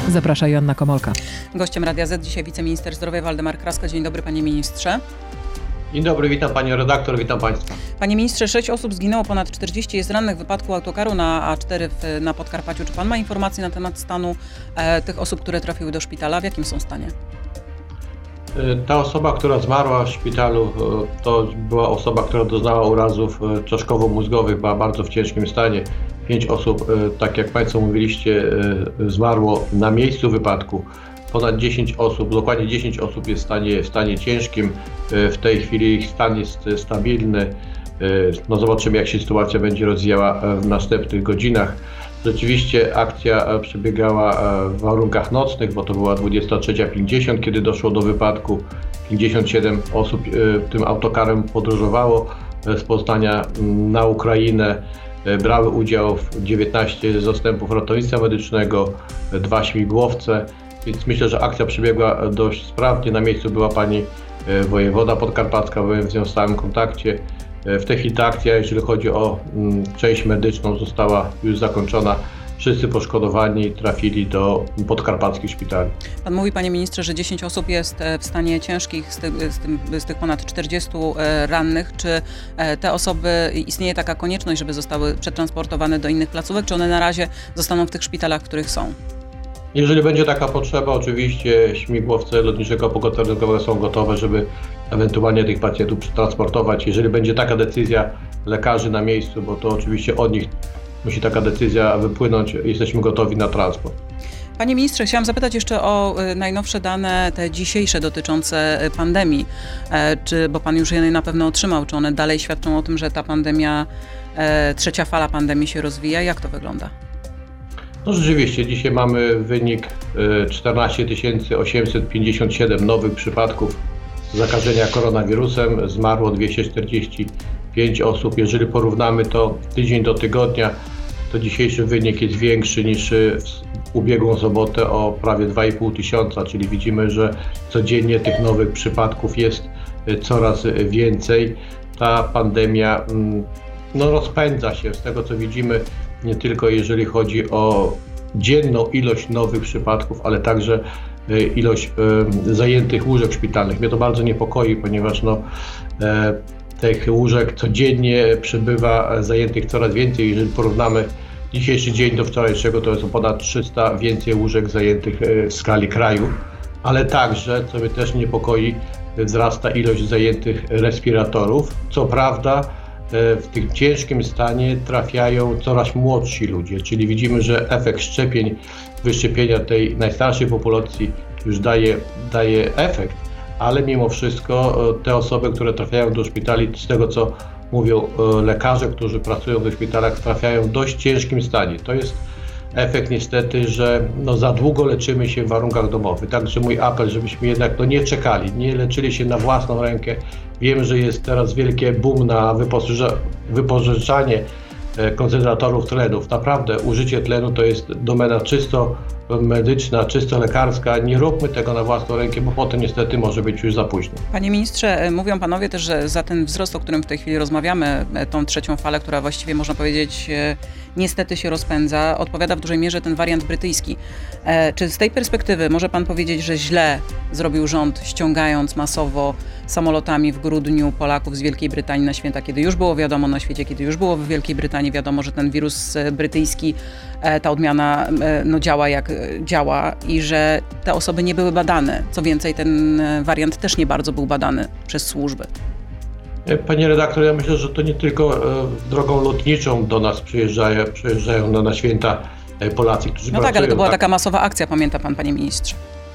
Zaprasza Joanna Komolka. Gościem Radia Z dzisiaj wiceminister zdrowia Waldemar Kraska. Dzień dobry, panie ministrze. Dzień dobry, witam panią redaktor, witam państwa. Panie ministrze, 6 osób zginęło, ponad 40 jest rannych w wypadku autokaru na A4 na Podkarpaciu. Czy pan ma informacje na temat stanu tych osób, które trafiły do szpitala? W jakim są stanie? Ta osoba, która zmarła w szpitalu, to była osoba, która doznała urazów czaszkowo-mózgowych, była bardzo w ciężkim stanie. 5 osób, tak jak państwo mówiliście, zmarło na miejscu wypadku. Ponad 10 osób, dokładnie 10 osób jest w stanie ciężkim. W tej chwili ich stan jest stabilny. No zobaczymy, jak się sytuacja będzie rozwijała w następnych godzinach. Rzeczywiście akcja przebiegała w warunkach nocnych, bo to była 23:50, kiedy doszło do wypadku. 57 osób tym autokarem podróżowało z Poznania na Ukrainę. Brały udział w 19 zastępów ratownictwa medycznego, 2 śmigłowce, więc myślę, że akcja przebiegła dość sprawnie. Na miejscu była pani wojewoda podkarpacka, byłem z nią w stałym kontakcie. W tej chwili ta akcja, jeżeli chodzi o część medyczną, została już zakończona. Wszyscy poszkodowani trafili do podkarpackich szpitali. Pan mówi, panie ministrze, że 10 osób jest w stanie ciężkich z tych ponad 40 rannych. Czy te osoby, istnieje taka konieczność, żeby zostały przetransportowane do innych placówek, czy one na razie zostaną w tych szpitalach, w których są? Jeżeli będzie taka potrzeba, oczywiście śmigłowce lotniczego pogotowia ratunkowego są gotowe, żeby ewentualnie tych pacjentów przetransportować. Jeżeli będzie taka decyzja lekarzy na miejscu, bo to oczywiście od nich musi taka decyzja wypłynąć, jesteśmy gotowi na transport. Panie ministrze, chciałam zapytać jeszcze o najnowsze dane, te dzisiejsze dotyczące pandemii, bo pan już je na pewno otrzymał, czy one dalej świadczą o tym, że ta pandemia, trzecia fala pandemii się rozwija? Jak to wygląda? No rzeczywiście, dzisiaj mamy wynik 14 857 nowych przypadków zakażenia koronawirusem, zmarło 245 osób. Jeżeli porównamy to tydzień do tygodnia, to dzisiejszy wynik jest większy niż w ubiegłą sobotę o prawie 2,5 tysiąca, czyli widzimy, że codziennie tych nowych przypadków jest coraz więcej. Ta pandemia rozpędza się, z tego co widzimy, nie tylko jeżeli chodzi o dzienną ilość nowych przypadków, ale także ilość zajętych łóżek szpitalnych. Mnie to bardzo niepokoi, ponieważ tych łóżek codziennie przybywa zajętych coraz więcej. Jeżeli porównamy dzisiejszy dzień do wczorajszego, to jest o ponad 300 więcej łóżek zajętych w skali kraju, ale także, co mnie też niepokoi, wzrasta ilość zajętych respiratorów. Co prawda w tym ciężkim stanie trafiają coraz młodsi ludzie, czyli widzimy, że efekt szczepień, wyszczepienia tej najstarszej populacji już daje efekt, ale mimo wszystko te osoby, które trafiają do szpitali, z tego co mówią lekarze, którzy pracują w szpitalach, trafiają w dość ciężkim stanie. To jest efekt niestety, że za długo leczymy się w warunkach domowych. Także mój apel, żebyśmy jednak nie czekali, nie leczyli się na własną rękę. Wiem, że jest teraz wielkie boom na wypożyczanie koncentratorów tlenów. Naprawdę użycie tlenu to jest domena czysto medyczna, czysto lekarska. Nie róbmy tego na własną rękę, bo potem niestety może być już za późno. Panie ministrze, mówią panowie też, że za ten wzrost, o którym w tej chwili rozmawiamy, tą trzecią falę, która właściwie można powiedzieć niestety się rozpędza, odpowiada w dużej mierze ten wariant brytyjski. Czy z tej perspektywy może pan powiedzieć, że źle zrobił rząd, ściągając masowo samolotami w grudniu Polaków z Wielkiej Brytanii na święta, kiedy już było wiadomo na świecie, kiedy już było w Wielkiej Brytanii wiadomo, że ten wirus brytyjski, ta odmiana działa jak działa i że te osoby nie były badane. Co więcej, ten wariant też nie bardzo był badany przez służby. Panie redaktor, ja myślę, że to nie tylko drogą lotniczą do nas przyjeżdżają na święta Polacy, którzy pracują. Tak, ale to była taka masowa akcja, pamięta pan, panie ministrze.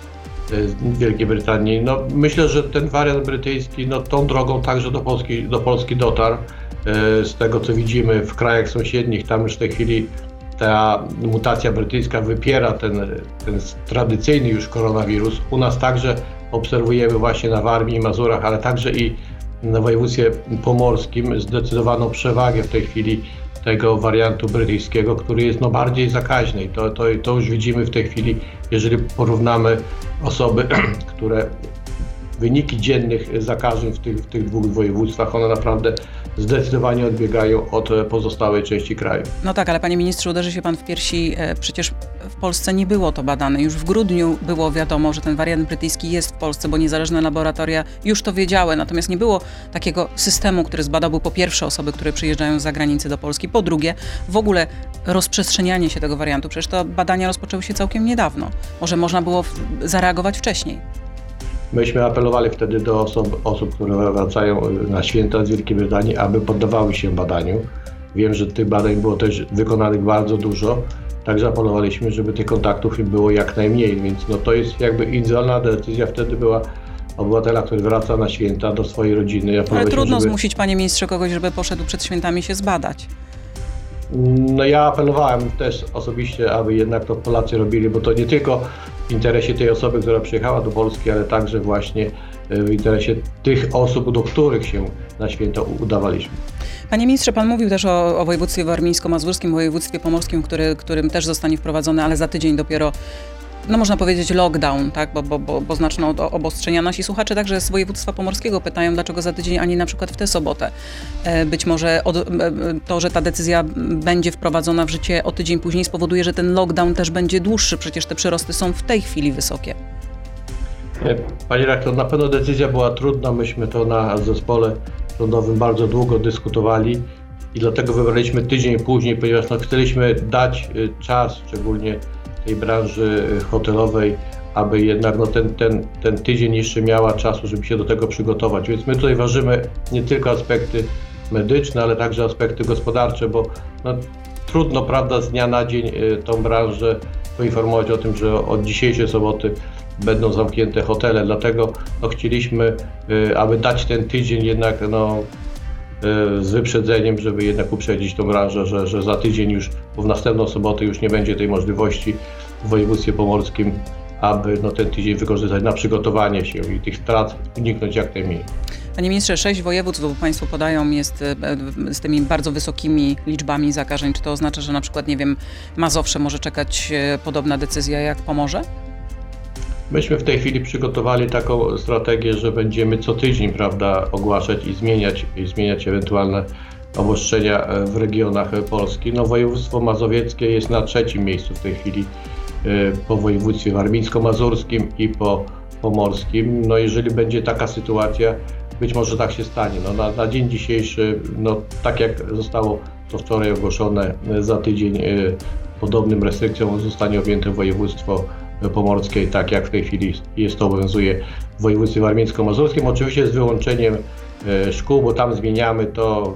W Wielkiej Brytanii. Myślę, że ten wariant brytyjski tą drogą także do Polski dotarł. Z tego co widzimy w krajach sąsiednich, tam już w tej chwili ta mutacja brytyjska wypiera ten tradycyjny już koronawirus. U nas także obserwujemy właśnie na Warmii i Mazurach, ale także i na województwie pomorskim zdecydowaną przewagę w tej chwili tego wariantu brytyjskiego, który jest bardziej zakaźny. To już widzimy w tej chwili, jeżeli porównamy osoby, które wyniki dziennych zakażeń w tych dwóch województwach, one naprawdę zdecydowanie odbiegają od pozostałej części kraju. No tak, ale panie ministrze, uderzy się pan w piersi. Przecież w Polsce nie było to badane. Już w grudniu było wiadomo, że ten wariant brytyjski jest w Polsce, bo niezależne laboratoria już to wiedziały. Natomiast nie było takiego systemu, który zbadałby po pierwsze osoby, które przyjeżdżają z zagranicy do Polski, po drugie w ogóle rozprzestrzenianie się tego wariantu. Przecież te badania rozpoczęły się całkiem niedawno. Może można było zareagować wcześniej. Myśmy apelowali wtedy do osób, które wracają na święta z Wielkiej Brytanii, aby poddawały się badaniu. Wiem, że tych badań było też wykonanych bardzo dużo, także apelowaliśmy, żeby tych kontaktów było jak najmniej, więc to jest jakby indywidualna decyzja wtedy była obywatela, który wraca na święta do swojej rodziny. Ale trudno zmusić, panie ministrze, kogoś, żeby poszedł przed świętami się zbadać. Ja apelowałem też osobiście, aby jednak to Polacy robili, bo to nie tylko w interesie tej osoby, która przyjechała do Polski, ale także właśnie w interesie tych osób, do których się na święta udawaliśmy. Panie ministrze, pan mówił też o województwie warmińsko-mazurskim, województwie pomorskim, którym też zostanie wprowadzony, ale za tydzień dopiero, można powiedzieć lockdown, tak? Bo znaczne obostrzenia. Nasi słuchacze także z województwa pomorskiego pytają, dlaczego za tydzień, a nie na przykład w tę sobotę. Być może to, że ta decyzja będzie wprowadzona w życie o tydzień później, spowoduje, że ten lockdown też będzie dłuższy. Przecież te przyrosty są w tej chwili wysokie. Panie redaktor, na pewno decyzja była trudna. Myśmy to na zespole rządowym bardzo długo dyskutowali i dlatego wybraliśmy tydzień później, ponieważ chcieliśmy dać czas, szczególnie tej branży hotelowej, aby jednak ten tydzień jeszcze miała czasu, żeby się do tego przygotować. Więc my tutaj ważymy nie tylko aspekty medyczne, ale także aspekty gospodarcze, bo trudno, prawda, z dnia na dzień tą branżę poinformować o tym, że od dzisiejszej soboty będą zamknięte hotele. Dlatego chcieliśmy, aby dać ten tydzień jednak z wyprzedzeniem, żeby jednak uprzedzić tą branżę, że za tydzień już, bo w następną sobotę już nie będzie tej możliwości w województwie pomorskim, aby ten tydzień wykorzystać na przygotowanie się i tych strat uniknąć jak najmniej. Panie ministrze, 6 województw, bo państwo podają, jest z tymi bardzo wysokimi liczbami zakażeń. Czy to oznacza, że na przykład, Mazowsze może czekać podobna decyzja jak Pomorze? Myśmy w tej chwili przygotowali taką strategię, że będziemy co tydzień, prawda, ogłaszać i zmieniać ewentualne obostrzenia w regionach Polski. Województwo mazowieckie jest na 3. miejscu w tej chwili po województwie warmińsko-mazurskim i po pomorskim. Jeżeli będzie taka sytuacja, być może tak się stanie. Na dzień dzisiejszy, tak jak zostało to wczoraj ogłoszone, za tydzień podobnym restrykcjom zostanie objęte województwo pomorskie, tak jak w tej chwili to obowiązuje w województwie warmińsko-mazurskim. Oczywiście z wyłączeniem szkół, bo tam zmieniamy to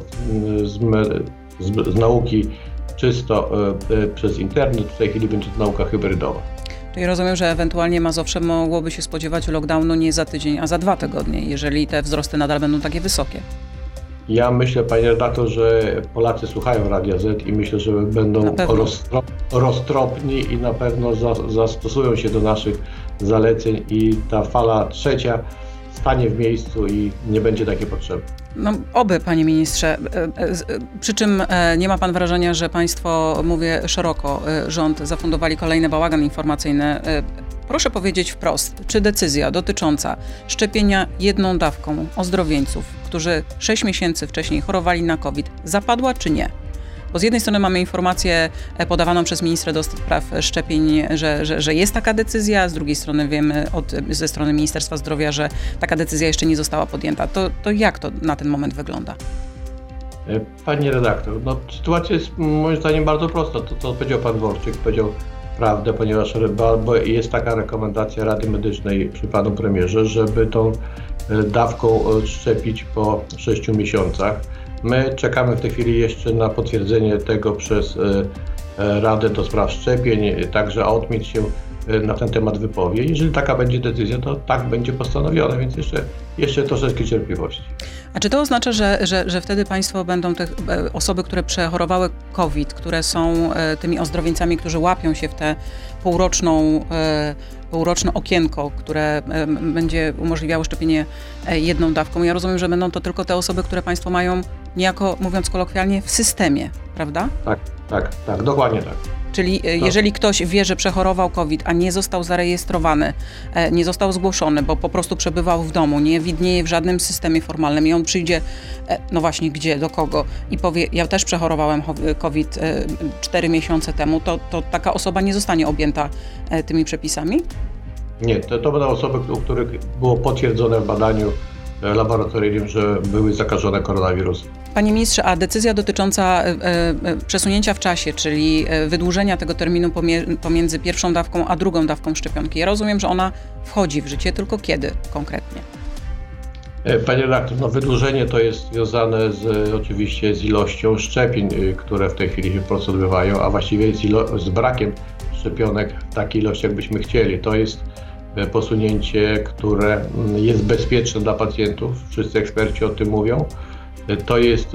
z nauki czysto przez internet. W tej chwili będzie to nauka hybrydowa. Czyli rozumiem, że ewentualnie Mazowsze mogłoby się spodziewać lockdownu nie za tydzień, a za 2 tygodnie, jeżeli te wzrosty nadal będą takie wysokie. Ja myślę, panie redaktor, że Polacy słuchają Radia Z i myślę, że będą roztropni i na pewno zastosują się do naszych zaleceń i ta fala 3 stanie w miejscu i nie będzie takie potrzeby. Oby, panie ministrze. Przy czym nie ma pan wrażenia, że państwo, mówię szeroko, rząd zafundowali kolejny bałagan informacyjny. Proszę powiedzieć wprost, czy decyzja dotycząca szczepienia 1 dawką ozdrowieńców, którzy 6 miesięcy wcześniej chorowali na COVID, zapadła czy nie? Bo z jednej strony mamy informację podawaną przez ministra do spraw szczepień, że jest taka decyzja, a z drugiej strony wiemy ze strony Ministerstwa Zdrowia, że taka decyzja jeszcze nie została podjęta. To jak to na ten moment wygląda? Panie redaktor, sytuacja jest moim zdaniem bardzo prosta. To, co powiedział pan Dworczyk, powiedział prawdę, ponieważ jest taka rekomendacja Rady Medycznej przy panu premierze, żeby tą dawką szczepić po 6 miesiącach. My czekamy w tej chwili jeszcze na potwierdzenie tego przez Radę do Spraw Szczepień, także odmieć się na ten temat wypowie. Jeżeli taka będzie decyzja, to tak będzie postanowione, więc jeszcze troszeczkę cierpliwości. A czy to oznacza, że wtedy państwo będą te osoby, które przechorowały COVID, które są tymi ozdrowieńcami, którzy łapią się w tę półroczne okienko, które będzie umożliwiało szczepienie 1 dawką. Ja rozumiem, że będą to tylko te osoby, które państwo mają niejako, mówiąc kolokwialnie, w systemie, prawda? Tak, dokładnie tak. Czyli jeżeli ktoś wie, że przechorował COVID, a nie został zarejestrowany, nie został zgłoszony, bo po prostu przebywał w domu, nie widnieje w żadnym systemie formalnym i on przyjdzie, no właśnie gdzie, do kogo i powie, ja też przechorowałem COVID 4 miesiące temu, to taka osoba nie zostanie objęta tymi przepisami? Nie, to będą osoby, u których było potwierdzone w badaniu laboratoryjnym, że były zakażone koronawirusem. Panie ministrze, a decyzja dotycząca przesunięcia w czasie, czyli wydłużenia tego terminu pomiędzy pierwszą dawką a drugą dawką szczepionki, ja rozumiem, że ona wchodzi w życie, tylko kiedy konkretnie? Panie redaktor, no wydłużenie to jest związane oczywiście z ilością szczepień, które w tej chwili się po prostu odbywają, a właściwie z brakiem szczepionek w takiej ilości, jakbyśmy chcieli. To jest posunięcie, które jest bezpieczne dla pacjentów. Wszyscy eksperci o tym mówią. To jest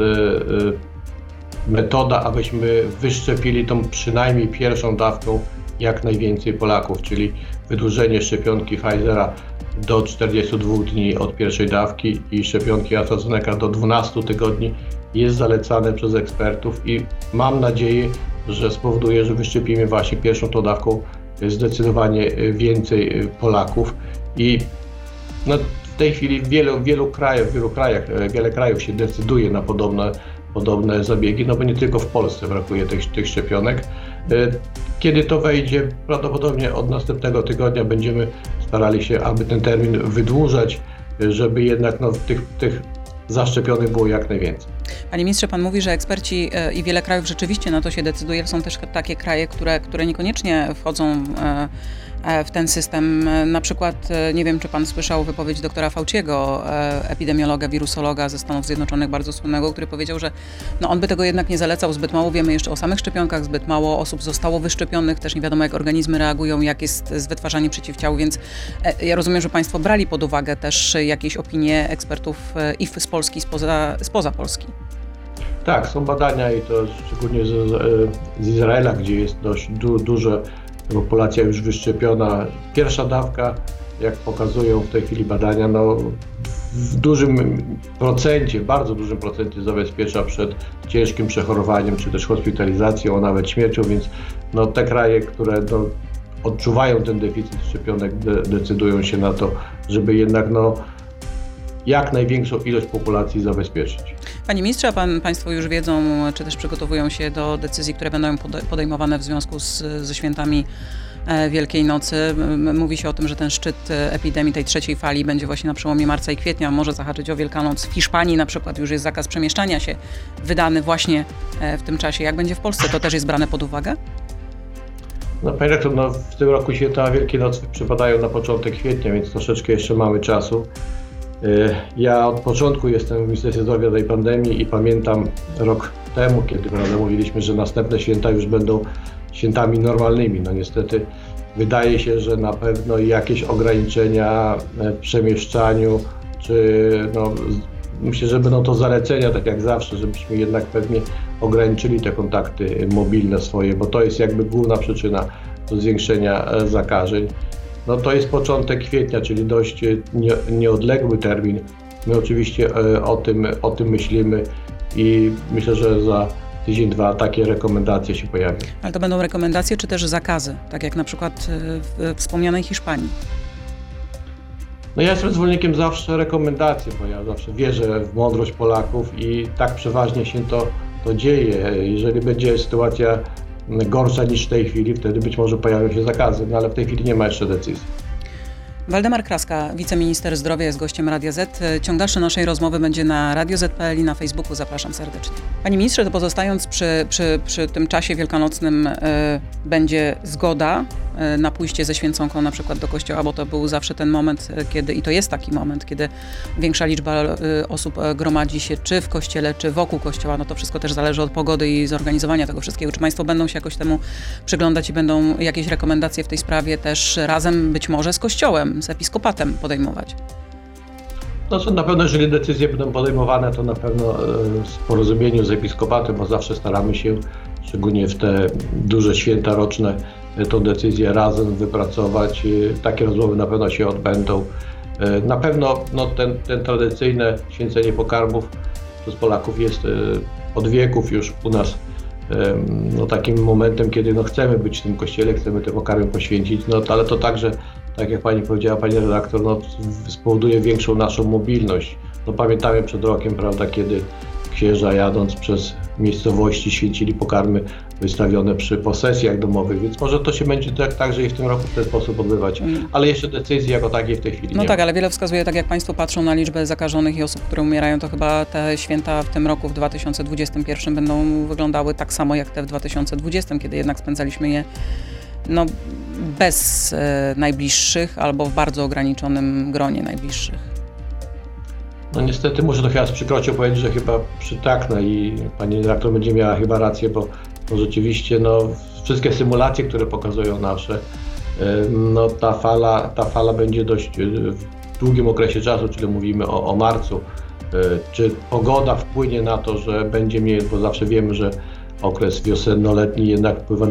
metoda, abyśmy wyszczepili tą przynajmniej pierwszą dawką jak najwięcej Polaków, czyli wydłużenie szczepionki Pfizera do 42 dni od pierwszej dawki i szczepionki AstraZeneca do 12 tygodni jest zalecane przez ekspertów i mam nadzieję, że spowoduje, że wyszczepimy właśnie pierwszą tą dawką zdecydowanie więcej Polaków i no, w tej chwili w wielu krajach się decyduje na podobne zabiegi, no bo nie tylko w Polsce brakuje tych szczepionek. Kiedy to wejdzie, prawdopodobnie od następnego tygodnia będziemy starali się, aby ten termin wydłużać, żeby jednak tych zaszczepionych było jak najwięcej. Panie ministrze, pan mówi, że eksperci i wiele krajów rzeczywiście na to się decyduje. Są też takie kraje, które niekoniecznie wchodzą w ten system. Na przykład, nie wiem, czy pan słyszał wypowiedź doktora Fauciego, epidemiologa, wirusologa ze Stanów Zjednoczonych, bardzo słynnego, który powiedział, że no on by tego jednak nie zalecał. Zbyt mało wiemy jeszcze o samych szczepionkach, zbyt mało osób zostało wyszczepionych, też nie wiadomo, jak organizmy reagują, jak jest z wytwarzaniem przeciwciał, więc ja rozumiem, że państwo brali pod uwagę też jakieś opinie ekspertów i z Polski, spoza Polski. Tak, są badania i to szczególnie z Izraela, gdzie jest dość duża populacja już wyszczepiona. Pierwsza dawka, jak pokazują w tej chwili badania, no w bardzo dużym procencie zabezpiecza przed ciężkim przechorowaniem, czy też hospitalizacją, a nawet śmiercią, więc no, te kraje, które odczuwają ten deficyt szczepionek, decydują się na to, żeby jednak jak największą ilość populacji zabezpieczyć. Panie ministrze, a państwo już wiedzą, czy też przygotowują się do decyzji, które będą podejmowane w związku ze świętami Wielkiej Nocy. Mówi się o tym, że ten szczyt epidemii, tej trzeciej fali będzie właśnie na przełomie marca i kwietnia. Może zahaczyć o Wielkanoc. W Hiszpanii na przykład już jest zakaz przemieszczania się wydany właśnie w tym czasie. Jak będzie w Polsce? To też jest brane pod uwagę? No panie rektor, w tym roku święta Wielkiej Nocy przypadają na początek kwietnia, więc troszeczkę jeszcze mamy czasu. Ja od początku jestem w Ministerstwie Zdrowia tej pandemii i pamiętam rok temu, kiedy mówiliśmy, że następne święta już będą świętami normalnymi. No niestety wydaje się, że na pewno jakieś ograniczenia w przemieszczaniu, czy myślę, że będą to zalecenia, tak jak zawsze, żebyśmy jednak pewnie ograniczyli te kontakty mobilne swoje, bo to jest jakby główna przyczyna do zwiększenia zakażeń. No to jest początek kwietnia, czyli dość nieodległy termin. My oczywiście o tym myślimy i myślę, że za tydzień, dwa takie rekomendacje się pojawią. Ale to będą rekomendacje czy też zakazy, tak jak na przykład w wspomnianej Hiszpanii? No ja jestem zwolennikiem zawsze rekomendacji, bo ja zawsze wierzę w mądrość Polaków i tak przeważnie się to dzieje. Jeżeli będzie sytuacja gorsza niż w tej chwili, wtedy być może pojawią się zakazy, ale w tej chwili nie ma jeszcze decyzji. Waldemar Kraska, wiceminister zdrowia, jest gościem Radia Z. Ciąg dalszy naszej rozmowy będzie na radioz.pl i na Facebooku. Zapraszam serdecznie. Panie ministrze, to pozostając przy tym czasie wielkanocnym, będzie zgoda na pójście ze święconką na przykład do kościoła, bo to był zawsze ten moment, kiedy, i to jest taki moment, kiedy większa liczba osób gromadzi się czy w kościele, czy wokół kościoła. No to wszystko też zależy od pogody i zorganizowania tego wszystkiego. Czy państwo będą się jakoś temu przyglądać i będą jakieś rekomendacje w tej sprawie też razem być może z kościołem, z episkopatem podejmować? No na pewno, jeżeli decyzje będą podejmowane, to na pewno w porozumieniu z episkopatem, bo zawsze staramy się, szczególnie w te duże święta roczne, tą decyzję razem wypracować. Takie rozmowy na pewno się odbędą. Na pewno ten tradycyjne święcenie pokarmów przez Polaków jest od wieków już u nas no, takim momentem, kiedy no, chcemy być w tym kościele, chcemy tę pokarmę poświęcić, no, ale to także, tak jak pani powiedziała, pani redaktor, no, spowoduje większą naszą mobilność. No, pamiętamy przed rokiem, prawda, kiedy księża jadąc przez miejscowości święcili pokarmy wystawione przy posesjach domowych, więc może to się będzie także i w tym roku w ten sposób odbywać, ale jeszcze decyzji jako takiej w tej chwili no nie tak, ma. ale wiele wskazuje, tak jak Państwo patrzą na liczbę zakażonych i osób, które umierają, to chyba te święta w tym roku, w 2021 będą wyglądały tak samo jak te w 2020, kiedy jednak spędzaliśmy je no, bez najbliższych albo w bardzo ograniczonym gronie najbliższych. No niestety muszę to chyba z przykrością powiedzieć, że chyba przytaknę i pani redaktor będzie miała chyba rację, bo rzeczywiście no, wszystkie symulacje, które pokazują nasze, no ta fala będzie dość w długim okresie czasu, czyli mówimy o marcu. Czy pogoda wpłynie na to, że będzie mniej, bo zawsze wiemy, że okres wiosenno-letni jednak wpływa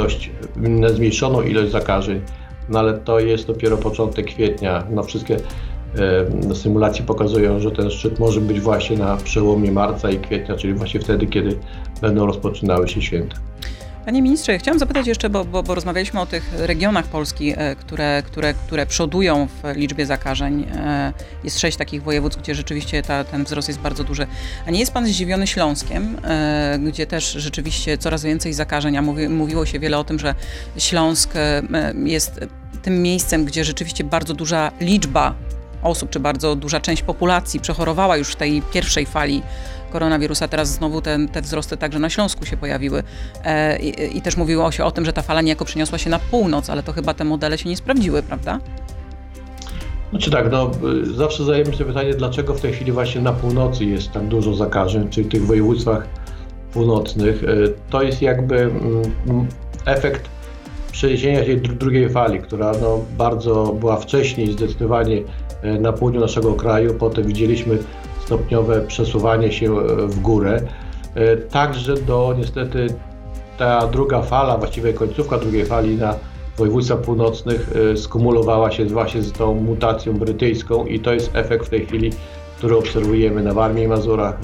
na zmniejszoną ilość zakażeń, no ale to jest dopiero początek kwietnia. No wszystkie symulacje pokazują, że ten szczyt może być właśnie na przełomie marca i kwietnia, czyli właśnie wtedy, kiedy będą rozpoczynały się święta. Panie ministrze, chciałam zapytać jeszcze, bo rozmawialiśmy o tych regionach Polski, które przodują w liczbie zakażeń. Jest 6 takich województw, gdzie rzeczywiście ten wzrost jest bardzo duży. A nie jest pan zdziwiony Śląskiem, gdzie też rzeczywiście coraz więcej zakażeń, a mówiło się wiele o tym, że Śląsk jest tym miejscem, gdzie rzeczywiście bardzo duża liczba osób, czy bardzo duża część populacji przechorowała już w tej pierwszej fali koronawirusa. Teraz znowu te wzrosty także na Śląsku się pojawiły. I też mówiło się o tym, że ta fala niejako przeniosła się na północ, ale to chyba te modele się nie sprawdziły, prawda? Znaczy tak, no zawsze zadajemy sobie pytanie, dlaczego w tej chwili właśnie na północy jest tak dużo zakażeń, czyli w tych województwach północnych. To jest jakby efekt przeniesienia tej drugiej fali, która no, bardzo była wcześniej zdecydowanie na południu naszego kraju, potem widzieliśmy stopniowe przesuwanie się w górę. Także niestety ta druga fala, właściwie końcówka drugiej fali na województwach północnych skumulowała się właśnie z tą mutacją brytyjską i to jest efekt w tej chwili, który obserwujemy na Warmii i Mazurach,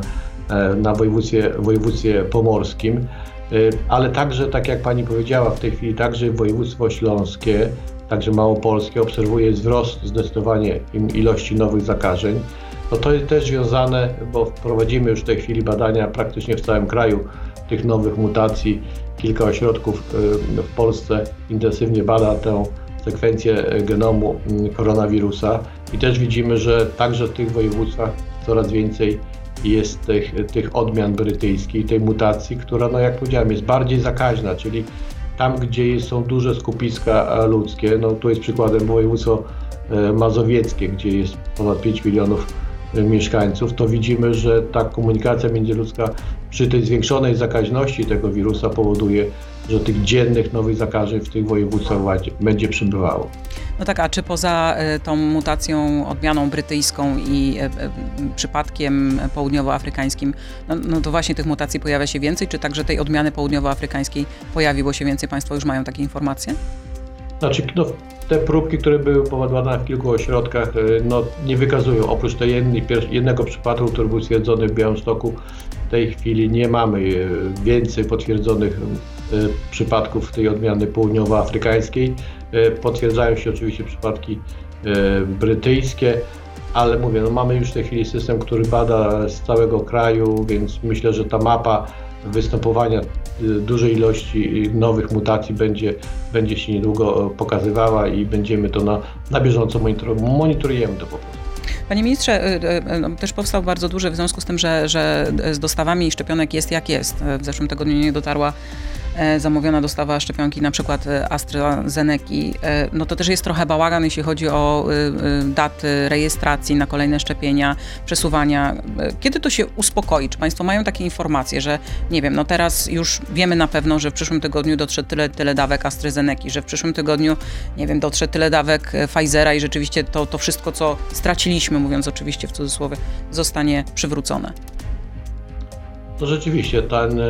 na województwie pomorskim. Ale także, tak jak pani powiedziała, w tej chwili także województwo śląskie, także małopolskie obserwuje wzrost zdecydowanie ilości nowych zakażeń. No to jest też związane, bo prowadzimy już w tej chwili badania praktycznie w całym kraju tych nowych mutacji. Kilka ośrodków w Polsce intensywnie bada tę sekwencję genomu koronawirusa i też widzimy, że także w tych województwach coraz więcej jest tych odmian brytyjskich, tej mutacji, która, no jak powiedziałem, jest bardziej zakaźna, czyli tam, gdzie są duże skupiska ludzkie, no tu jest przykładem województwo mazowieckie, gdzie jest ponad 5 milionów mieszkańców, to widzimy, że ta komunikacja międzyludzka przy tej zwiększonej zakaźności tego wirusa powoduje, że tych dziennych nowych zakażeń w tych województwach będzie przybywało. No tak, a czy poza tą mutacją, odmianą brytyjską i przypadkiem południowoafrykańskim, no to właśnie tych mutacji pojawia się więcej, czy także tej odmiany południowoafrykańskiej pojawiło się więcej? Państwo już mają takie informacje? Znaczy, no, te próbki, które były pobadane w kilku ośrodkach, no, nie wykazują, oprócz jednego przypadku, który był stwierdzony w Białymstoku, w tej chwili nie mamy więcej potwierdzonych przypadków tej odmiany południowoafrykańskiej. Potwierdzają się oczywiście przypadki brytyjskie, ale mówię, no mamy już w tej chwili system, który bada z całego kraju, więc myślę, że ta mapa występowania dużej ilości nowych mutacji będzie się niedługo pokazywała i będziemy to na bieżąco monitorujemy to po prostu. Panie ministrze, też powstał bardzo duży w związku z tym, że z dostawami szczepionek jest jak jest. W zeszłym tygodniu nie dotarła zamówiona dostawa szczepionki na przykład AstraZeneki. No to też jest trochę bałagan, jeśli chodzi o daty rejestracji na kolejne szczepienia, przesuwania. Kiedy to się uspokoi? Czy Państwo mają takie informacje, że nie wiem, no teraz już wiemy na pewno, że w przyszłym tygodniu dotrze tyle dawek AstraZeneki, że w przyszłym tygodniu, nie wiem, dotrze tyle dawek Pfizera i rzeczywiście to wszystko, co straciliśmy, mówiąc oczywiście w cudzysłowie, zostanie przywrócone? No rzeczywiście,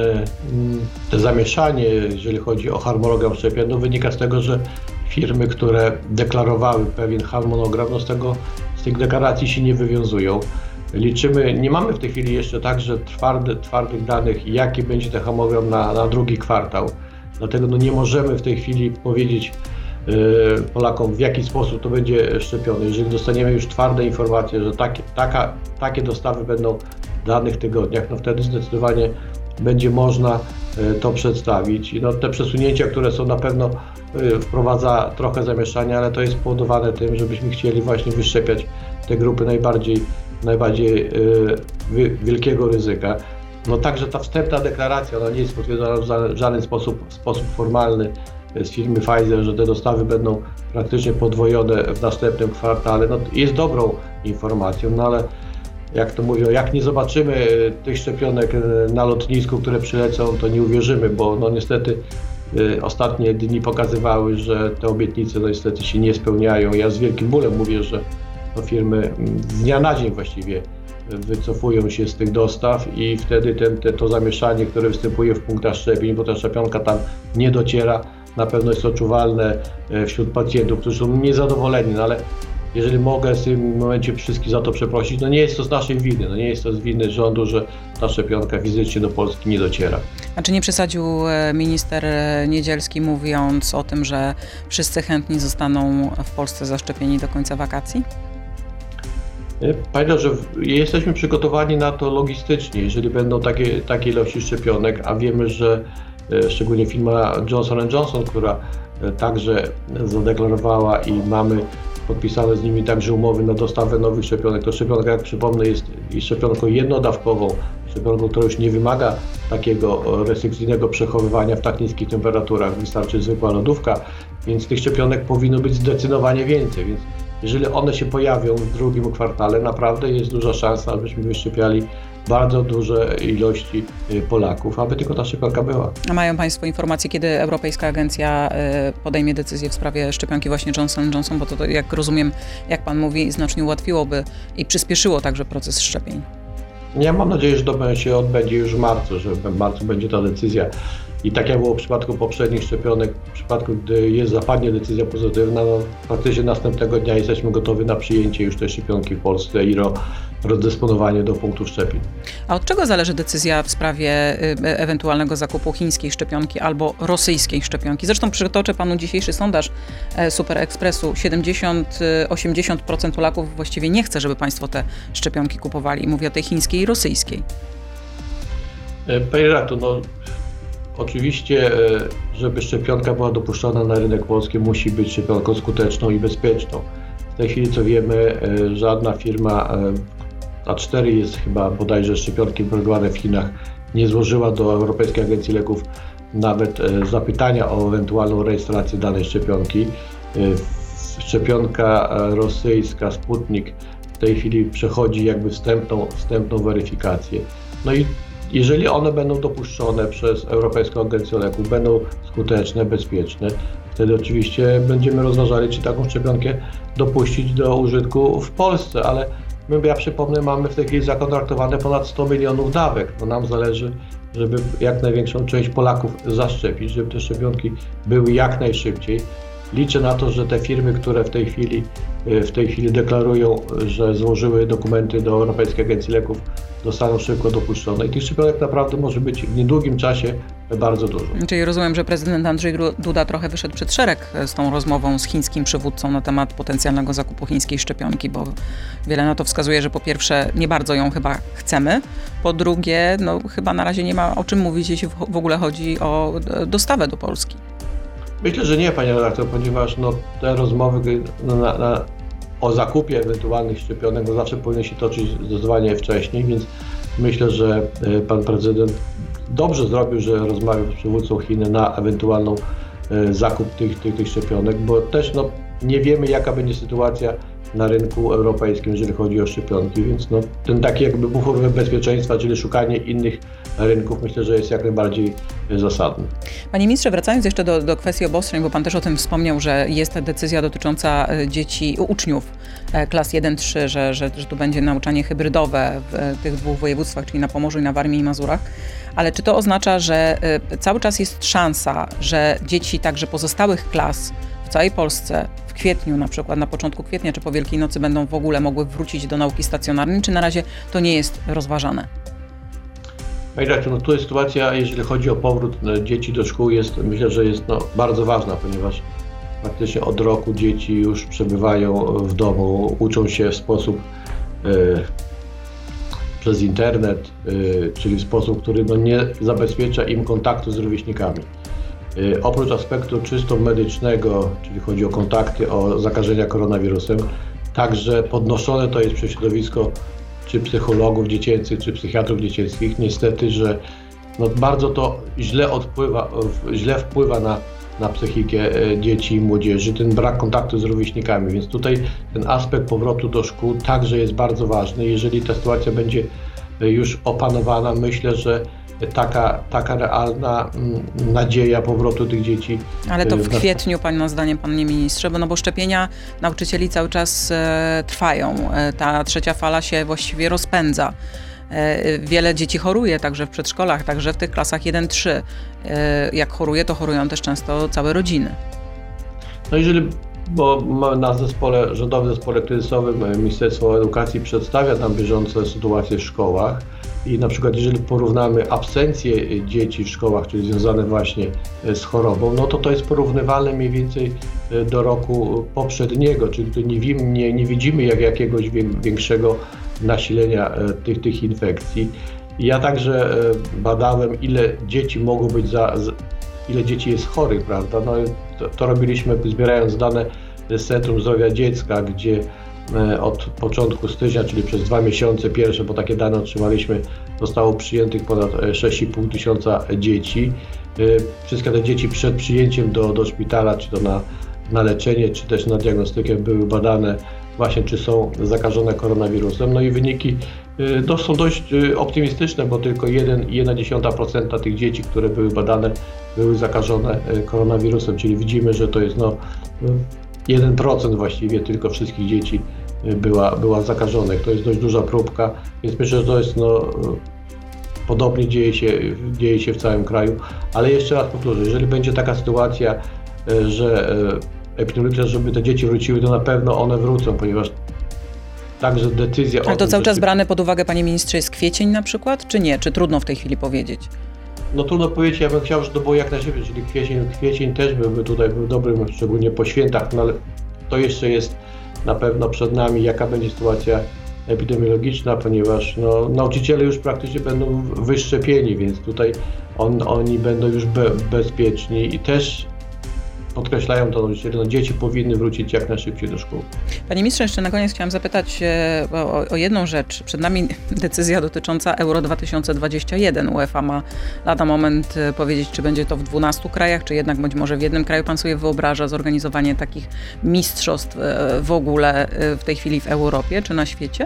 to zamieszanie, jeżeli chodzi o harmonogram szczepień, no wynika z tego, że firmy, które deklarowały pewien harmonogram, no z tych deklaracji się nie wywiązują. liczymy, nie mamy w tej chwili jeszcze także twardych danych, jaki będzie ten harmonogram na drugi kwartał. Dlatego nie możemy w tej chwili powiedzieć Polakom, w jaki sposób to będzie szczepione. Jeżeli dostaniemy już twarde informacje, że takie dostawy będą w danych tygodniach, wtedy zdecydowanie będzie można to przedstawić. Te przesunięcia, które są, na pewno wprowadza trochę zamieszania, ale to jest spowodowane tym, żebyśmy chcieli właśnie wyszczepiać te grupy najbardziej wielkiego ryzyka. Także ta wstępna deklaracja, ona nie jest potwierdzona w żaden sposób formalny z firmy Pfizer, że te dostawy będą praktycznie podwojone w następnym kwartale. Jest dobrą informacją, ale jak to mówią, jak nie zobaczymy tych szczepionek na lotnisku, które przylecą, to nie uwierzymy, bo niestety ostatnie dni pokazywały, że te obietnice niestety się nie spełniają. Ja z wielkim bólem mówię, że firmy z dnia na dzień właściwie wycofują się z tych dostaw i wtedy to zamieszanie, które występuje w punktach szczepień, bo ta szczepionka tam nie dociera, na pewno jest odczuwalne wśród pacjentów, którzy są niezadowoleni, ale jeżeli mogę w tym momencie wszystkich za to przeprosić, nie jest to z naszej winy, nie jest to z winy rządu, że ta szczepionka fizycznie do Polski nie dociera. A czy nie przesadził minister Niedzielski, mówiąc o tym, że wszyscy chętni zostaną w Polsce zaszczepieni do końca wakacji? Pamiętam, że jesteśmy przygotowani na to logistycznie, jeżeli będą takie ilości szczepionek, a wiemy, że szczególnie firma Johnson & Johnson, która także zadeklarowała i mamy podpisane z nimi także umowy na dostawę nowych szczepionek. To szczepionka, jak przypomnę, jest szczepionką jednodawkową, szczepionką, która już nie wymaga takiego restrykcyjnego przechowywania w tak niskich temperaturach, wystarczy zwykła lodówka, więc tych szczepionek powinno być zdecydowanie więcej. Więc jeżeli one się pojawią w drugim kwartale, naprawdę jest duża szansa, abyśmy wyszczepiali bardzo duże ilości Polaków, aby tylko ta szczepionka była. A mają Państwo informacje, kiedy Europejska Agencja podejmie decyzję w sprawie szczepionki właśnie Johnson & Johnson, bo to, jak rozumiem, jak Pan mówi, znacznie ułatwiłoby i przyspieszyło także proces szczepień? Ja mam nadzieję, że to się odbędzie już w marcu, że w marcu będzie ta decyzja. I tak jak było w przypadku poprzednich szczepionek, w przypadku, gdy zapadnie decyzja pozytywna, praktycznie następnego dnia jesteśmy gotowi na przyjęcie już tej szczepionki w Polsce i rozdysponowanie do punktów szczepień. A od czego zależy decyzja w sprawie ewentualnego zakupu chińskiej szczepionki albo rosyjskiej szczepionki? Zresztą przytoczę Panu dzisiejszy sondaż Super Expressu. 70-80% Polaków właściwie nie chce, żeby Państwo te szczepionki kupowali. Mówię o tej chińskiej i rosyjskiej. Panie redaktor, oczywiście, żeby szczepionka była dopuszczona na rynek polski, musi być szczepionką skuteczną i bezpieczną. W tej chwili, co wiemy, żadna firma, a 4 jest chyba bodajże szczepionki produkowane w Chinach, nie złożyła do Europejskiej Agencji Leków nawet zapytania o ewentualną rejestrację danej szczepionki. Szczepionka rosyjska Sputnik w tej chwili przechodzi jakby wstępną weryfikację. I jeżeli one będą dopuszczone przez Europejską Agencję Leków, będą skuteczne, bezpieczne, wtedy oczywiście będziemy rozważali, czy taką szczepionkę dopuścić do użytku w Polsce, ale ja przypomnę, mamy w tej chwili zakontraktowane ponad 100 milionów dawek. Nam zależy, żeby jak największą część Polaków zaszczepić, żeby te szczepionki były jak najszybciej. Liczę na to, że te firmy, które w tej chwili deklarują, że złożyły dokumenty do Europejskiej Agencji Leków, zostaną szybko dopuszczone i tych szczepionek naprawdę może być w niedługim czasie bardzo dużo. Czyli rozumiem, że prezydent Andrzej Duda trochę wyszedł przed szereg z tą rozmową z chińskim przywódcą na temat potencjalnego zakupu chińskiej szczepionki, bo wiele na to wskazuje, że po pierwsze nie bardzo ją chyba chcemy, po drugie chyba na razie nie ma o czym mówić, jeśli w ogóle chodzi o dostawę do Polski. Myślę, że nie, panie redaktor, ponieważ te rozmowy o zakupie ewentualnych szczepionek zawsze powinny się toczyć zdecydowanie wcześniej, więc myślę, że pan prezydent dobrze zrobił, że rozmawiał z przywódcą Chin na ewentualną zakup tych szczepionek, bo też nie wiemy, jaka będzie sytuacja na rynku europejskim, jeżeli chodzi o szczepionki, więc ten taki jakby bufor bezpieczeństwa, czyli szukanie innych rynków, myślę, że jest jak najbardziej zasadny. Panie ministrze, wracając jeszcze do kwestii obostrzeń, bo pan też o tym wspomniał, że jest decyzja dotycząca uczniów klas 1-3, że tu będzie nauczanie hybrydowe w tych dwóch województwach, czyli na Pomorzu i na Warmii i Mazurach. Ale czy to oznacza, że cały czas jest szansa, że dzieci także pozostałych klas w całej Polsce w kwietniu, na przykład na początku kwietnia, czy po Wielkiej Nocy będą w ogóle mogły wrócić do nauki stacjonarnej, czy na razie to nie jest rozważane? Pani redaktor, tu jest sytuacja, jeżeli chodzi o powrót dzieci do szkół, myślę, że jest bardzo ważna, ponieważ praktycznie od roku dzieci już przebywają w domu, uczą się w sposób przez internet, czyli w sposób, który nie zabezpiecza im kontaktu z rówieśnikami. Oprócz aspektu czysto medycznego, czyli chodzi o kontakty, o zakażenia koronawirusem, także podnoszone to jest przez środowisko czy psychologów dziecięcych, czy psychiatrów dziecięcych, niestety, że bardzo to źle wpływa na psychikę dzieci i młodzieży, ten brak kontaktu z rówieśnikami, więc tutaj ten aspekt powrotu do szkół także jest bardzo ważny. Jeżeli ta sytuacja będzie już opanowana, myślę, że taka realna nadzieja powrotu tych dzieci. Ale to w kwietniu, Pana zdaniem, Panie Ministrze, bo szczepienia nauczycieli cały czas trwają. Ta trzecia fala się właściwie rozpędza. Wiele dzieci choruje, także w przedszkolach, także w tych klasach 1-3. Jak choruje, to chorują też często całe rodziny. Bo na rządowym zespole kryzysowym Ministerstwo Edukacji przedstawia nam bieżące sytuacje w szkołach i na przykład jeżeli porównamy absencję dzieci w szkołach, czyli związane właśnie z chorobą, to jest porównywalne mniej więcej do roku poprzedniego, czyli tu nie widzimy jakiegoś większego nasilenia tych infekcji. Ja także badałem, ile dzieci mogło być ile dzieci jest chorych, prawda? To robiliśmy zbierając dane z Centrum Zdrowia Dziecka, gdzie od początku stycznia, czyli przez 2 miesiące pierwsze, bo takie dane otrzymaliśmy, zostało przyjętych ponad 6,5 tysiąca dzieci. Wszystkie te dzieci przed przyjęciem do szpitala, czy to na leczenie, czy też na diagnostykę były badane właśnie, czy są zakażone koronawirusem. I wyniki są dość optymistyczne, bo tylko 1,1% tych dzieci, które były badane, były zakażone koronawirusem, czyli widzimy, że to jest 1% właściwie tylko wszystkich dzieci była zakażonych. To jest dość duża próbka, więc myślę, że to jest podobnie dzieje się w całym kraju, ale jeszcze raz powtórzę, jeżeli będzie taka sytuacja, że epidemiologiczna, żeby te dzieci wróciły, to na pewno one wrócą, ponieważ także decyzja Ale to cały czas brane pod uwagę, Panie Ministrze, jest kwiecień na przykład, czy nie? Czy trudno w tej chwili powiedzieć? Trudno powiedzieć, ja bym chciał, żeby to było jak najszybciej, czyli kwiecień też był dobrym, szczególnie po świętach, ale to jeszcze jest na pewno przed nami, jaka będzie sytuacja epidemiologiczna, ponieważ nauczyciele już praktycznie będą wyszczepieni, więc tutaj oni będą już bezpieczni i też podkreślają to nauczyciele, dzieci powinny wrócić jak najszybciej do szkół. Panie ministrze, jeszcze na koniec chciałam zapytać o jedną rzecz. Przed nami decyzja dotycząca Euro 2021. UEFA ma lada moment powiedzieć, czy będzie to w 12 krajach, czy jednak być może w jednym kraju. Pan sobie wyobraża zorganizowanie takich mistrzostw w ogóle w tej chwili w Europie, czy na świecie?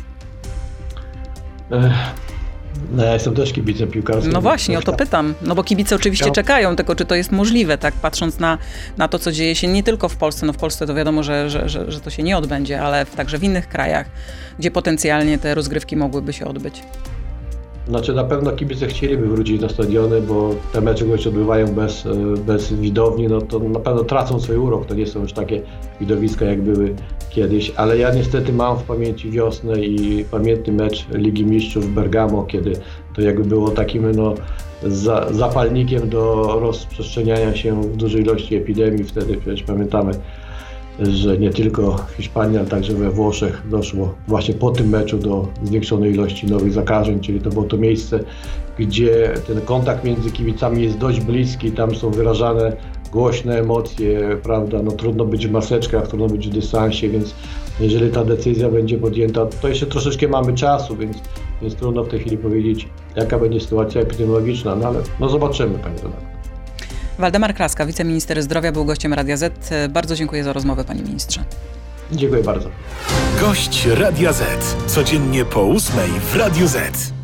Ja jestem też kibicem piłkarskim. No właśnie, o to pytam. Bo kibice oczywiście czekają, tylko czy to jest możliwe, tak patrząc na to, co dzieje się nie tylko w Polsce. W Polsce to wiadomo, że to się nie odbędzie, ale także w innych krajach, gdzie potencjalnie te rozgrywki mogłyby się odbyć. Na pewno kibice chcieliby wrócić na stadiony, bo te mecze, które się odbywają bez widowni, to na pewno tracą swój urok. To nie są już takie widowiska, jak były kiedyś, ale ja niestety mam w pamięci wiosnę i pamiętny mecz Ligi Mistrzów w Bergamo, kiedy to jakby było takim zapalnikiem do rozprzestrzeniania się w dużej ilości epidemii. Wtedy przecież pamiętamy, że nie tylko w Hiszpanii, ale także we Włoszech doszło właśnie po tym meczu do zwiększonej ilości nowych zakażeń, czyli to było to miejsce, gdzie ten kontakt między kibicami jest dość bliski, tam są wyrażane głośne emocje, prawda, trudno być w maseczkach, trudno być w dystansie, więc jeżeli ta decyzja będzie podjęta, to jeszcze troszeczkę mamy czasu, więc trudno w tej chwili powiedzieć, jaka będzie sytuacja epidemiologiczna, ale zobaczymy, Pani redaktor. Waldemar Kraska, wiceminister zdrowia, był gościem Radia Z. Bardzo dziękuję za rozmowę, Panie Ministrze. Dziękuję bardzo. Gość Radia Z. Codziennie po 8:00 w Radiu Z.